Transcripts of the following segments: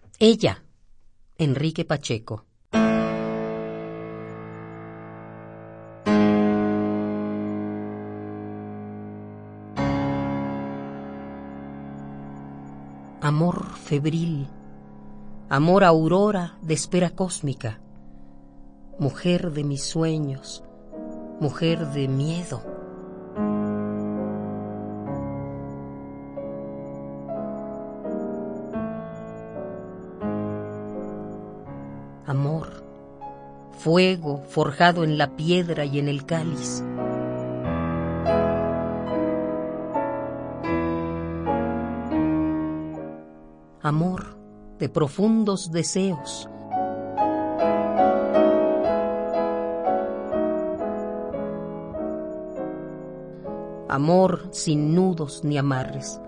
Ella, Enrique Pacheco. Amor febril, amor aurora de espera cósmica, mujer de mis sueños, mujer de miedo. Amor, fuego forjado en la piedra y en el cáliz. Amor de profundos deseos. Amor sin nudos ni amarres.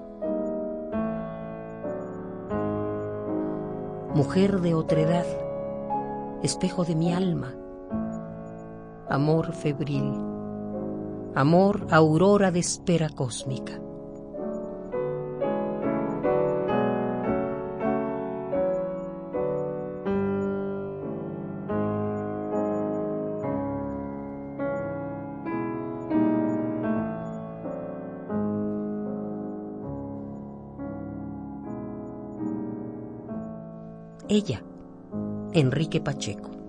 Mujer de otredad, espejo de mi alma. Amor febril, amor aurora de espera cósmica. Ella, Enrique Pacheco.